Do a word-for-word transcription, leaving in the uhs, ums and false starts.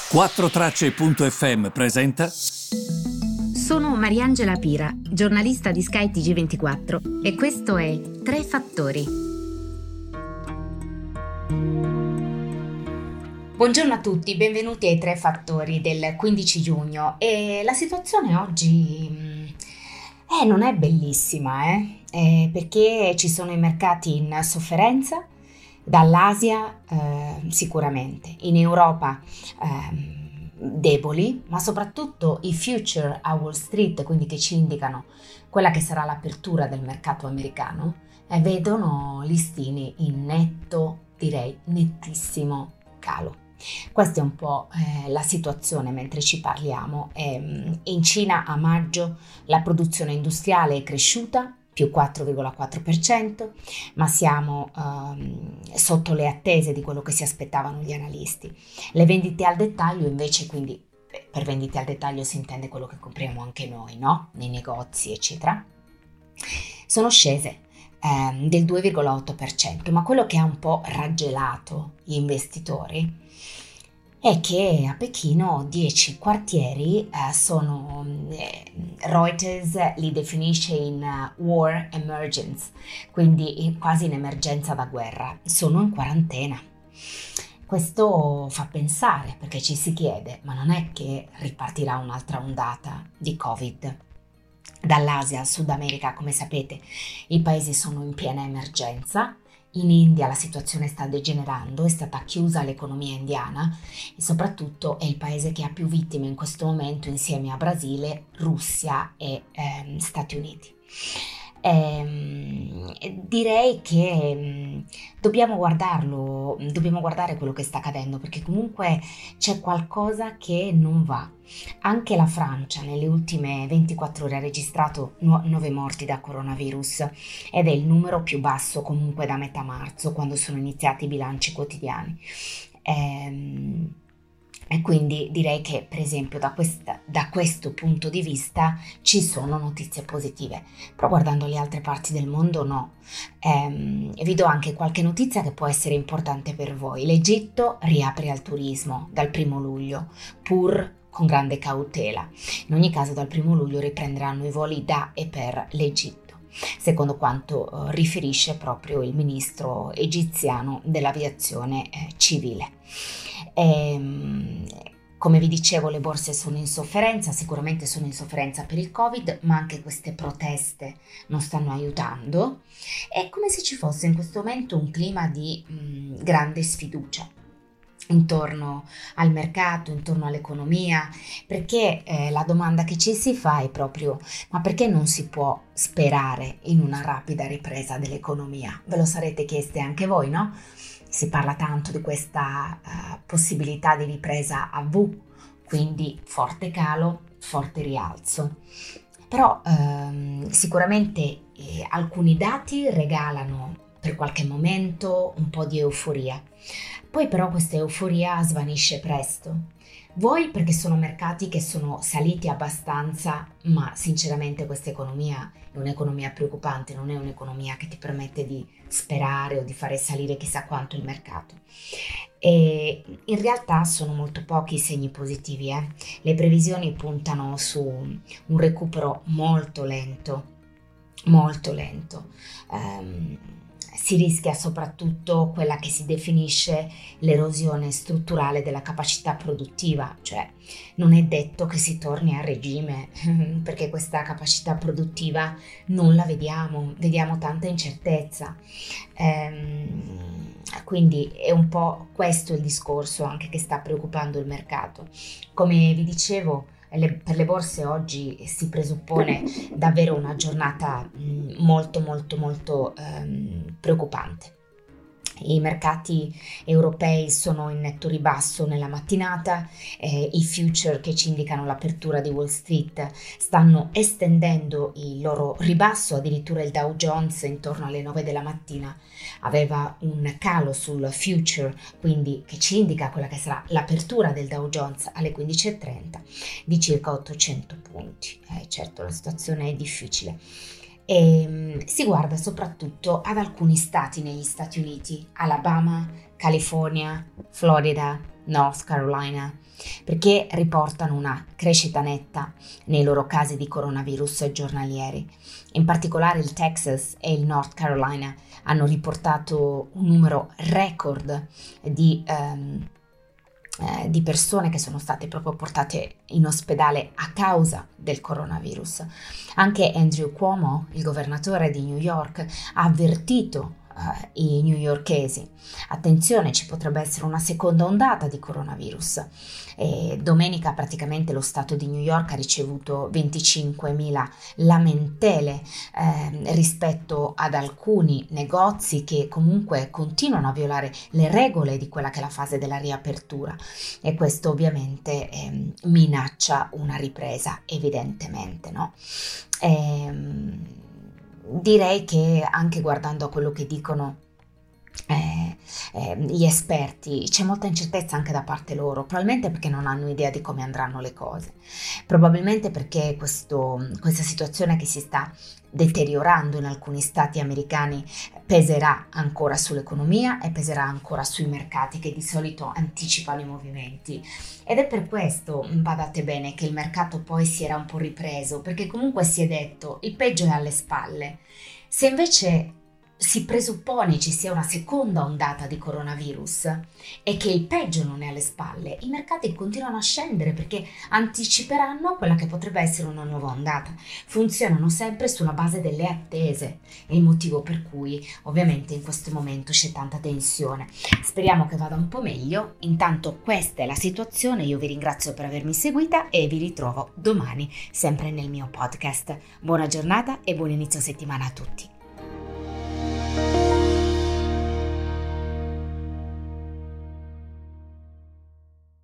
quattro tracce punto effe emme presenta. Sono Mariangela Pira, giornalista di Sky T G ventiquattro e questo è Tre Fattori. Buongiorno a tutti, benvenuti ai Tre Fattori del quindici giugno. E la situazione oggi eh, non è bellissima, eh? Eh, perché ci sono i mercati in sofferenza. Dall'Asia eh, sicuramente, in Europa eh, deboli, ma soprattutto i future a Wall Street, quindi che ci indicano quella che sarà l'apertura del mercato americano, eh, vedono listini in netto, direi nettissimo calo. Questa è un po' eh, la situazione mentre ci parliamo. Eh, in Cina a maggio la produzione industriale è cresciuta, più quattro virgola quattro per cento, ma siamo um, sotto le attese di quello che si aspettavano gli analisti. Le vendite al dettaglio invece, quindi per vendite al dettaglio si intende quello che compriamo anche noi, no? Nei negozi, eccetera, sono scese um, del due virgola otto per cento, ma quello che ha un po' raggelato gli investitori è che a Pechino dieci quartieri eh, sono, eh, Reuters li definisce in uh, war emergence, quindi in, quasi in emergenza da guerra, sono in quarantena. Questo fa pensare, perché ci si chiede, ma non è che ripartirà un'altra ondata di Covid? Dall'Asia al Sud America, come sapete, i paesi sono in piena emergenza. In India la situazione sta degenerando, è stata chiusa l'economia indiana e soprattutto è il paese che ha più vittime in questo momento insieme a Brasile, Russia e ehm, Stati Uniti. Ehm, direi che mh, dobbiamo guardarlo, dobbiamo guardare quello che sta accadendo, perché comunque c'è qualcosa che non va. Anche la Francia nelle ultime ventiquattro ore ha registrato nove morti da coronavirus ed è il numero più basso comunque da metà marzo, quando sono iniziati i bilanci quotidiani. Ehm, E quindi direi che per esempio da, questa, da questo punto di vista ci sono notizie positive, però guardando le altre parti del mondo no. Ehm, vi do anche qualche notizia che può essere importante per voi. L'Egitto riapre al turismo dal primo luglio, pur con grande cautela. In ogni caso dal primo luglio riprenderanno i voli da e per l'Egitto, secondo quanto eh, riferisce proprio il ministro egiziano dell'aviazione eh, civile. E, come vi dicevo, le borse sono in sofferenza, sicuramente sono in sofferenza per il Covid, ma anche queste proteste non stanno aiutando. È come se ci fosse in questo momento un clima di mh, grande sfiducia intorno al mercato, intorno all'economia, perché eh, la domanda che ci si fa è proprio: ma perché non si può sperare in una rapida ripresa dell'economia? Ve lo sarete chieste anche voi, no? Si parla tanto di questa uh, possibilità di ripresa a V, quindi forte calo, forte rialzo. Però ehm, sicuramente eh, alcuni dati regalano per qualche momento un po' di euforia. Poi però questa euforia svanisce presto. Voi perché sono mercati che sono saliti abbastanza, ma sinceramente questa economia è un'economia preoccupante, non è un'economia che ti permette di sperare o di fare salire chissà quanto il mercato. E in realtà sono molto pochi i segni positivi. Eh? Le previsioni puntano su un recupero molto lento, molto lento. Um, si rischia soprattutto quella che si definisce l'erosione strutturale della capacità produttiva, cioè non è detto che si torni a regime, perché questa capacità produttiva non la vediamo, vediamo tanta incertezza. Ehm, quindi è un po' questo il discorso anche che sta preoccupando il mercato. Come vi dicevo, Le, per le borse oggi si presuppone davvero una giornata mh, molto molto molto ehm, preoccupante. I mercati europei sono in netto ribasso nella mattinata, eh, i future che ci indicano l'apertura di Wall Street stanno estendendo il loro ribasso, addirittura il Dow Jones intorno alle nove della mattina aveva un calo sul future, quindi che ci indica quella che sarà l'apertura del Dow Jones alle quindici e trenta, di circa ottocento punti. Eh, certo, la situazione è difficile. E si guarda soprattutto ad alcuni stati negli Stati Uniti: Alabama, California, Florida, North Carolina, perché riportano una crescita netta nei loro casi di coronavirus giornalieri. In particolare il Texas e il North Carolina hanno riportato un numero record di, ehm, eh, di persone che sono state proprio portate in ospedale a causa del coronavirus. Anche Andrew Cuomo, il governatore di New York, ha avvertito Uh, i newyorkesi: attenzione, ci potrebbe essere una seconda ondata di coronavirus. E domenica praticamente lo stato di New York ha ricevuto venticinquemila lamentele eh, rispetto ad alcuni negozi che comunque continuano a violare le regole di quella che è la fase della riapertura, e questo ovviamente eh, minaccia una ripresa, evidentemente, no? Ehm, Direi che anche guardando a quello che dicono eh, eh, gli esperti, c'è molta incertezza anche da parte loro, probabilmente perché non hanno idea di come andranno le cose, probabilmente perché questo, questa situazione che si sta deteriorando in alcuni stati americani peserà ancora sull'economia e peserà ancora sui mercati, che di solito anticipano i movimenti. Ed è per questo, badate bene, che il mercato poi si era un po' ripreso, perché comunque si è detto il peggio è alle spalle. Se invece si presuppone ci sia una seconda ondata di coronavirus e che il peggio non è alle spalle, i mercati continuano a scendere perché anticiperanno quella che potrebbe essere una nuova ondata. Funzionano sempre sulla base delle attese, è il motivo per cui ovviamente in questo momento c'è tanta tensione. Speriamo che vada un po' meglio. Intanto questa è la situazione, io vi ringrazio per avermi seguita e vi ritrovo domani sempre nel mio podcast. Buona giornata e buon inizio settimana a tutti.